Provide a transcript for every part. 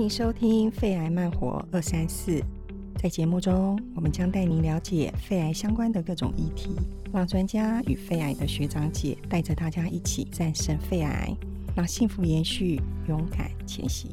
迎收听肺癌慢活234。在节目中，我们将带您了解肺癌相关的各种议题，让专家与肺癌的学长姐带着大家一起战胜肺癌，让幸福延续，勇敢前行。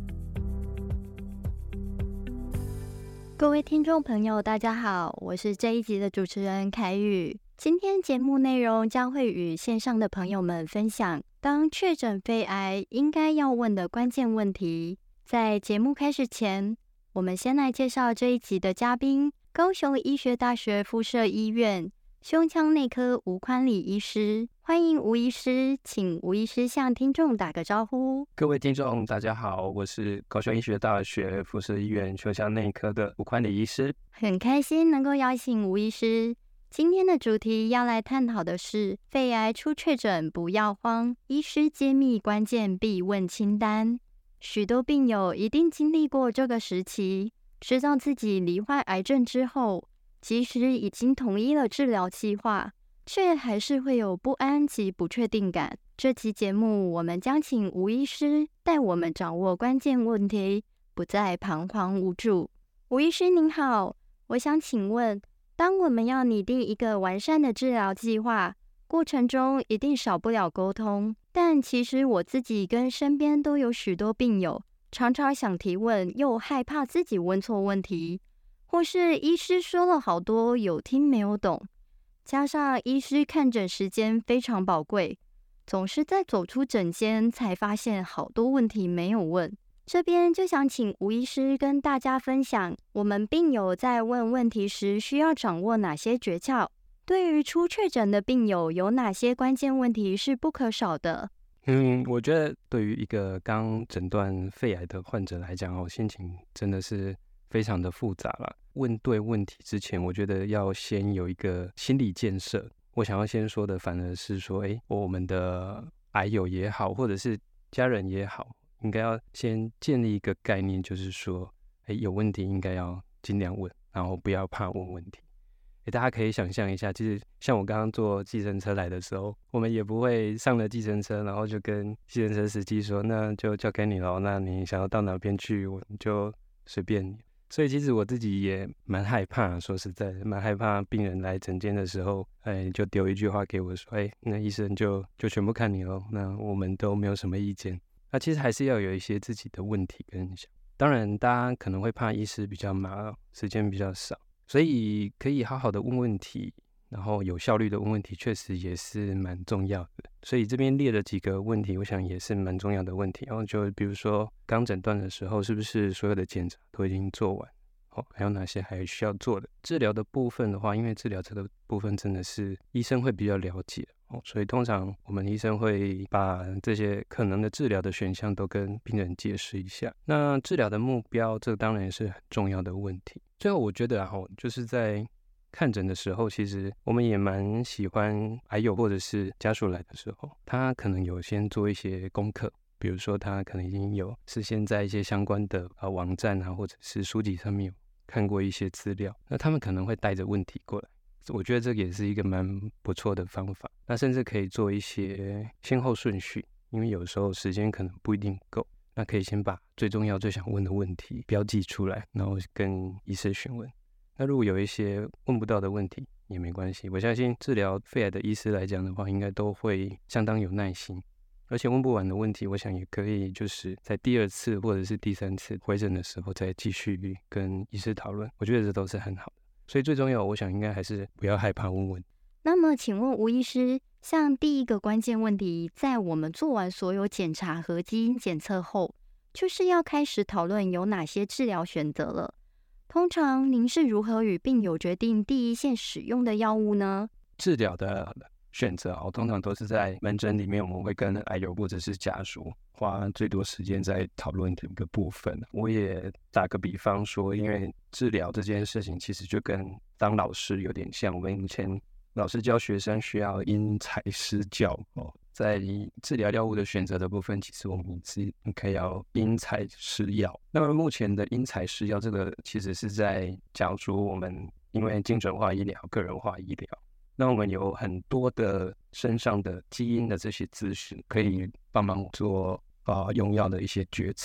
各位听众朋友大家好，我是这一集的主持人凯宇。今天节目内容将会与线上的朋友们分享当确诊肺癌应该要问的关键问题。在节目开始前，我们先来介绍这一集的嘉宾，高雄医学大学附设医院胸腔内科吴宽礼医师。欢迎吴医师，请吴医师向听众打个招呼。 各位听众大家好，我是高雄医学大学附设医院胸腔内科的吴宽礼医师。 很开心能够邀请吴医师。今天的主题要来探讨的是肺癌初确诊不要慌，医师揭秘关键必问清单。许多病友一定经历过这个时期，知道自己罹患癌症之后，即使已经统一了治疗计划，却还是会有不安及不确定感。这期节目我们将请吴医师带我们掌握关键问题，不再彷徨无助。吴医师您好，我想请问，当我们要拟定一个完善的治疗计划，过程中一定少不了沟通，但其实我自己跟身边都有许多病友，常常想提问，又害怕自己问错问题，或是医师说了好多有听没有懂，加上医师看诊时间非常宝贵，总是在走出诊间才发现好多问题没有问。这边就想请吴医师跟大家分享，我们病友在问问题时需要掌握哪些诀窍？对于初确诊的病友，有哪些关键问题是不可少的？ 我觉得对于一个刚诊断肺癌的患者来讲，心情真的是非常的复杂啦。问对问题之前，我觉得要先有一个心理建设。我想要先说的反而是说，我们的癌友也好，或者是家人也好，应该要先建立一个概念，就是说，有问题应该要尽量问，然后不要怕问问题。大家可以想象一下，其实像我刚刚坐计程车来的时候，我们也不会上了计程车，然后就跟计程车司机说，那就交给你了，那你想要到哪边去，我就随便你。所以其实我自己也蛮害怕，说实在的，蛮害怕病人来诊间的时候，就丢一句话给我说，那医生就全部看你咯，那我们都没有什么意见。那其实还是要有一些自己的问题跟想。当然大家可能会怕医师比较忙，时间比较少，所以可以好好的问问题，然后有效率的问问题，确实也是蛮重要的。所以这边列了几个问题，我想也是蛮重要的问题。然后就比如说刚诊断的时候，是不是所有的检查都已经做完？还有哪些还需要做的？治疗的部分的话，因为治疗这个部分真的是医生会比较了解，所以通常我们医生会把这些可能的治疗的选项都跟病人解释一下。那治疗的目标，这当然也是很重要的问题。最后我觉得就是在看诊的时候，其实我们也蛮喜欢癌友或者是家属来的时候，他可能有先做一些功课，比如说他可能已经有事先在一些相关的网站或者是书籍上面有看过一些资料，那他们可能会带着问题过来，我觉得这个也是一个蛮不错的方法。那甚至可以做一些先后顺序，因为有时候时间可能不一定够，那可以先把最重要最想问的问题标记出来，然后跟医师询问。那如果有一些问不到的问题也没关系，我相信治疗肺癌的医师来讲的话，应该都会相当有耐心，而且问不完的问题，我想也可以就是在第2次或者是第3次回诊的时候再继续跟医师讨论，我觉得这都是很好的。所以最重要，我想应该还是不要害怕问问。 那么请问吴医师，像第一个关键问题，在我们做完所有检查和基因检测后，就是要开始讨论有哪些治疗选择了。通常您是如何与病友决定第一线使用的药物呢？ 治疗的选择通常都是在门诊里面，我们会跟癌友或者是家属花最多时间在讨论这个部分。我也打个比方说，因为治疗这件事情其实就跟当老师有点像，我们以前老师教学生需要因材施教在治疗药物的选择的部分，其实我们是可以要因材施药。那么目前的因材施药，这个其实是在讲说我们因为精准化医疗、个人化医疗，那我们有很多的身上的基因的这些资讯，可以帮忙做用药的一些决策。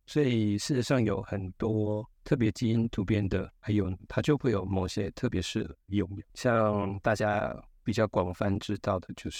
所以事实上有很多特别基因突变的，还有它就会有某些特别适合用药，像大家比较广泛知道的就是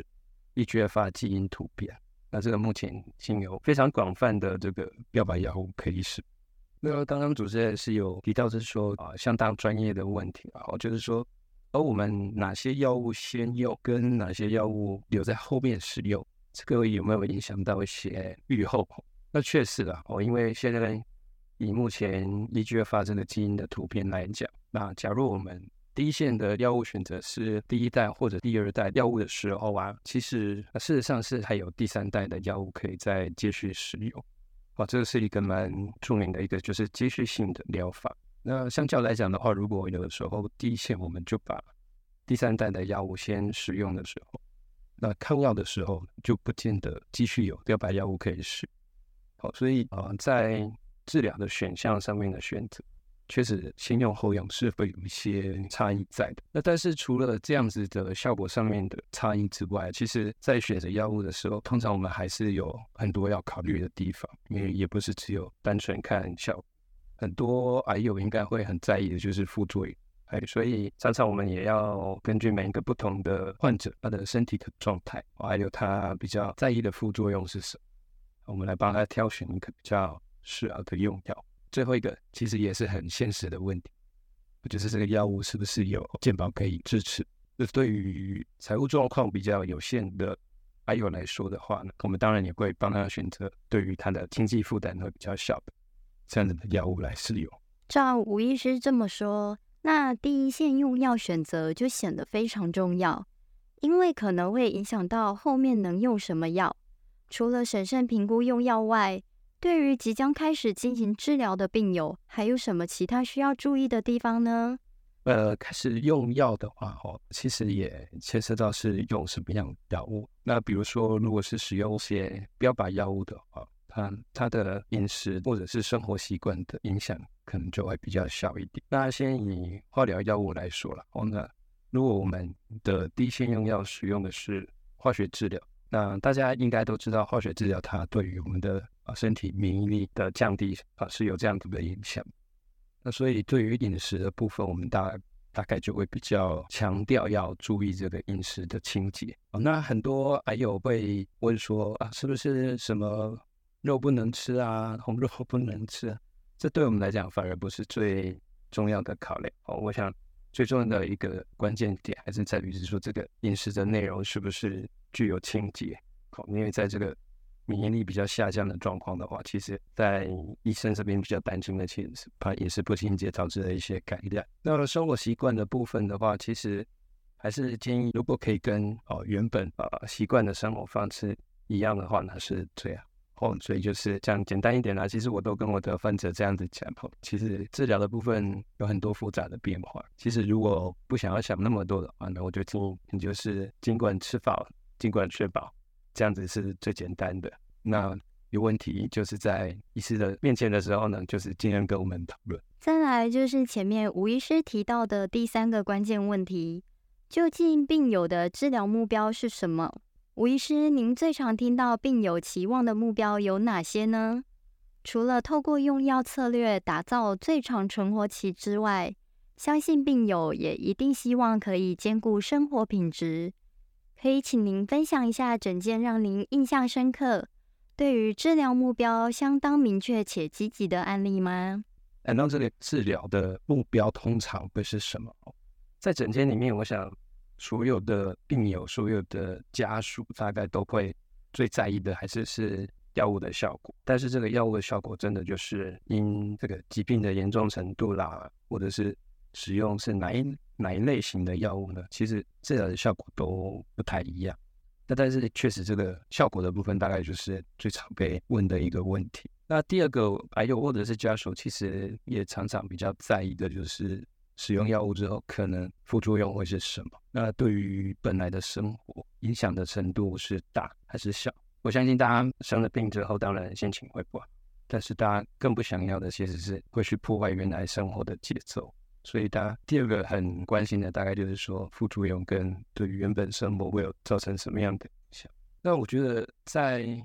EGFR 基因突变。那这个目前已经有非常广泛的这个标靶药物可以使。那刚刚主持人是有提到是说相当专业的问题就是说我们哪些药物先用跟哪些药物留在后面使用，这个有没有影响到一些预后？那确实啦因为现在以目前 EGFR 这个基因的突变来讲，那假如我们第一线的药物选择是第一代或者第二代药物的时候其实事实上是还有第三代的药物可以再继续使用这个是一个蛮著名的一个就是接续性的疗法。那相较来讲的话，如果有的时候第一线我们就把第三代的药物先使用的时候，那抗药的时候就不见得继续有标靶药物可以使。所以在治疗的选项上面的选择，确实先用后用是会有一些差异在的。那但是除了这样子的效果上面的差异之外，其实在选择药物的时候，通常我们还是有很多要考虑的地方，因为也不是只有单纯看效果，很多癌友应该会很在意的就是副作用。所以常常我们也要根据每一个不同的患者他的身体的状态，还有他比较在意的副作用是什么，我们来帮他挑选一个比较适合的用药。最后一个其实也是很现实的问题，就是这个药物是不是有健保可以支持。这对于财务状况比较有限的癌友来说的话呢，我们当然也会帮他选择对于他的经济负担会比较小的这样子的药物来使用。 照吴医师这么说，那第一线用药选择就显得非常重要，因为可能会影响到后面能用什么药。除了审慎评估用药外，对于即将开始进行治疗的病友，还有什么其他需要注意的地方呢？ 开始用药的话其实也牵涉到是用什么样的药物。那比如说如果是使用一些标靶药物的话，它的饮食或者是生活习惯的影响可能就会比较小一点。那先以化疗药物来说了那如果我们的第一线用药使用的是化学治疗，那大家应该都知道化学治疗它对于我们的身体免疫力的降低是有这样子的影响。那所以对于饮食的部分，我们大概就会比较强调要注意这个饮食的清洁那很多癌友会问说是不是什么肉不能吃红肉不能吃这对我们来讲反而不是最重要的考量我想最重要的一个关键点还是在于是说这个饮食的内容是不是具有清洁因为在这个免疫力比较下降的状况的话，其实在医生这边比较担心的其实是怕饮食不清洁导致的一些感染。那么生活习惯的部分的话，其实还是建议如果可以跟原本习惯的生活方式一样的话，那是最好所以就是这样简单一点啦。其实我都跟我的患者这样子讲其实治疗的部分有很多复杂的变化。其实如果不想要想那么多的话呢，我就建议你就是尽管吃饱，尽管睡饱，这样子是最简单的。那有问题就是在医师的面前的时候呢，就是尽量跟我们讨论。 再来就是前面吴医师提到的第三个关键问题，究竟病友的治疗目标是什么？吴医师，您最常听到病友期望的目标有哪些呢？除了透过用药策略打造最长存活期之外，相信病友也一定希望可以兼顾生活品质。可以请您分享一下整件让您印象深刻，对于治疗目标相当明确且积极的案例吗？ 那这个治疗的目标通常会是什么？在整件里面，我想所有的病友、所有的家属大概都会最在意的还是药物的效果。但是这个药物的效果真的就是因这个疾病的严重程度啦，或者是使用是哪一类型的药物呢？其实治疗的效果都不太一样。但是确实这个效果的部分大概就是最常被问的一个问题。那第二个癌友或者是家属其实也常常比较在意的就是使用药物之后可能副作用会是什么。那对于本来的生活影响的程度是大还是小？我相信大家生了病之后当然心情会不好，但是大家更不想要的其实是会去破坏原来生活的节奏。所以大家第二个很关心的大概就是说副作用跟对于原本生活会有造成什么样的影响。那我觉得在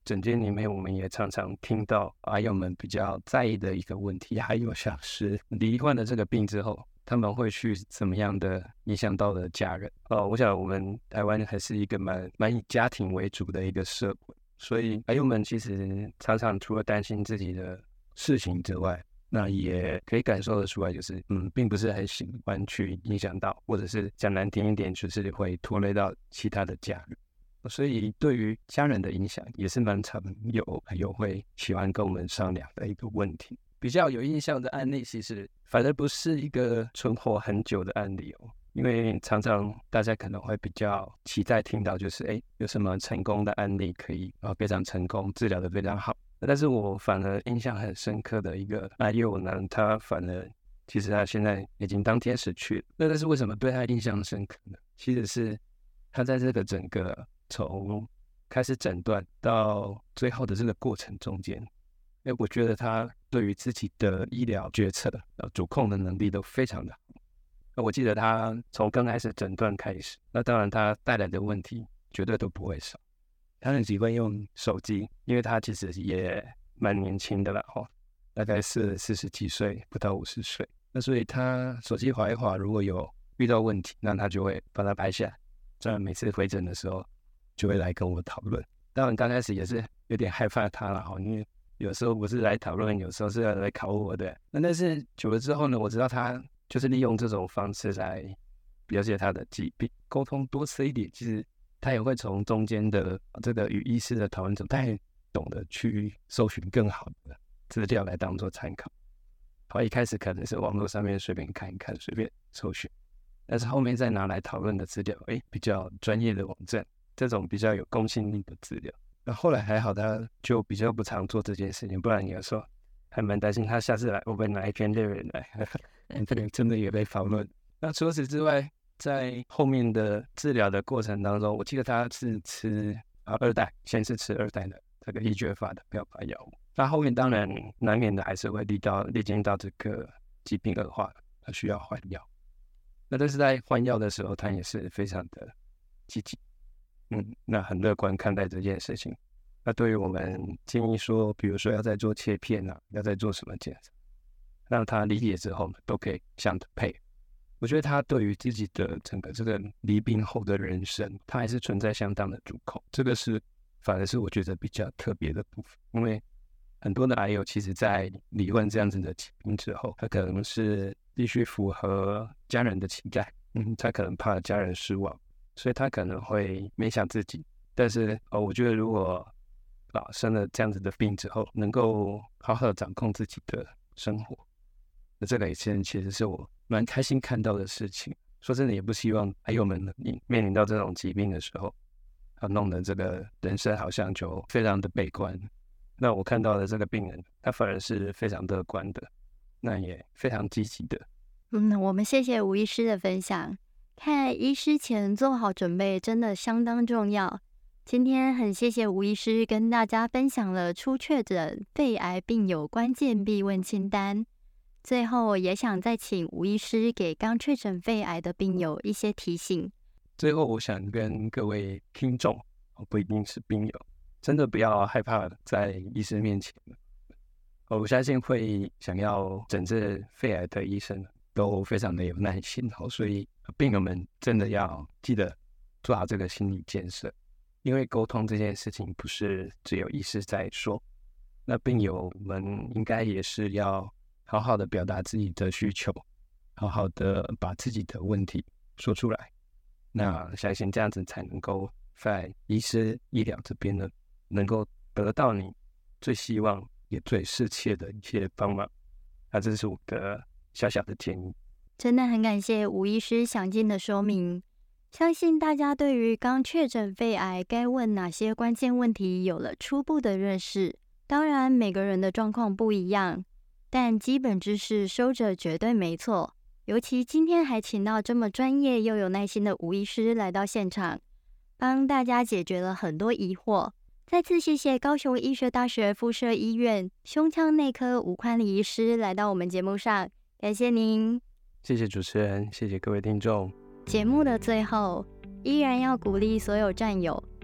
诊间里面我们也常常听到阿友们比较在意的一个问题，还有像是罹患了这个病之后，他们会去怎么样的影响到的家人。我想我们台湾还是一个蛮以家庭为主的一个社会，所以阿友们其实常常除了担心自己的事情之外，那也可以感受得出来，就是并不是很喜欢去影响到，或者是讲难听一点，就是会拖累到其他的家人。所以对于家人的影响也是蛮常有朋友会喜欢跟我们商量的一个问题。比较有印象的案例，其实反而不是一个存活很久的案例哦，因为常常大家可能会比较期待听到就是有什么成功的案例可以非常成功，治疗的非常好。但是我反而印象很深刻的一个阿佑呢，他反而其实他现在已经当天使去了。那但是为什么对他印象深刻呢？其实是他在这个整个从开始诊断到最后的这个过程中间，我觉得他对于自己的医疗决策主控的能力都非常的好。我记得他从刚开始诊断开始，那当然他带来的问题绝对都不会少。他很习惯用手机，因为他其实也蛮年轻的啦，大概是40几岁，不到50岁。那所以他手机滑一滑，如果有遇到问题，那他就会把它拍下来，这样每次回诊的时候就会来跟我讨论。当然刚开始也是有点害怕他啦，因为有时候不是来讨论，有时候是来考我的。那但是久了之后呢，我知道他就是利用这种方式来了解他的疾病，沟通多次一点，其实他也会从中间的这个与医师的讨论中，他也懂得去搜寻更好的资料来当做参考。一开始可能是网络上面随便看一看，随便搜寻，但是后面再拿来讨论的资料，比较专业的网站，这种比较有公信力的资料。那后来还好，他就比较不常做这件事情，不然有时候还蛮担心他下次来会不会拿一篇论文来，这个真的也被讨论。那除此之外，在后面的治疗的过程当中，我记得他是吃2代，先是吃2代的这个医学法的标靶药物。那后面当然难免的还是会历经到这个疾病恶化，他需要换药。那但是在换药的时候，他也是非常的积极，那很乐观看待这件事情。那对于我们建议说，比如说要再做切片啊，要再做什么检查，让他理解之后呢，都可以相的配。我觉得他对于自己的整个这个离病后的人生，他还是存在相当的主控，这个是反而是我觉得比较特别的部分。因为很多的癌友其实在罹患这样子的疾病之后，他可能是必须符合家人的期待，他可能怕家人失望，所以他可能会勉强自己。但是我觉得如果生了这样子的病之后，能够好好的掌控自己的生活，那这个也其实是我蛮开心看到的事情。说真的，也不希望癌友们面临到这种疾病的时候，弄得这个人生好像就非常的悲观。那我看到的这个病人，他反而是非常乐观的，那也非常积极的。 我们谢谢吴医师的分享。看医师前做好准备真的相当重要。今天很谢谢吴医师跟大家分享了初确诊肺癌病友关键必问清单。最后也想再请吴医师给刚确诊肺癌的病友一些提醒。 最后我想跟各位听众，不一定是病友，真的不要害怕在医生面前。我相信会想要诊治肺癌的医生都非常的有耐心，所以病友们真的要记得做好这个心理建设。因为沟通这件事情不是只有医师在说，那病友们应该也是要好好的表达自己的需求，好好的把自己的问题说出来。那相信这样子才能够在医师医疗这边呢，能够得到你最希望也最适切的一些帮忙。那这是我的小小的建议。 真的很感谢吴医师详尽的说明。相信大家对于刚确诊肺癌该问哪些关键问题有了初步的认识。当然每个人的状况不一样，但基本知识收着绝对没错。尤其今天还请到这么专业又有耐心的吴医师来到现场，帮大家解决了很多疑惑。再次谢谢高雄医学大学附设医院胸腔内科吴宽礼医师来到我们节目上，感谢您。 谢谢主持人，谢谢各位听众。 节目的最后，依然要鼓励所有战友，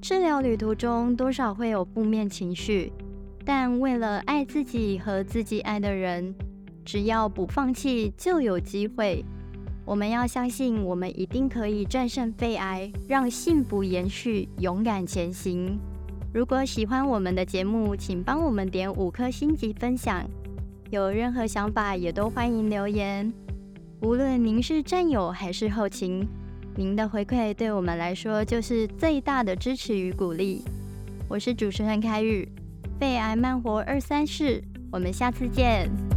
治疗旅途中多少会有负面情绪，但为了爱自己和自己爱的人，只要不放弃就有机会。我们要相信，我们一定可以战胜肺癌，让幸福延续，勇敢前行。如果喜欢我们的节目，请帮我们点5颗星及分享。有任何想法也都欢迎留言。无论您是战友还是后勤，您的回馈对我们来说就是最大的支持与鼓励。我是主持人凯宇，肺癌慢活234，我们下次见。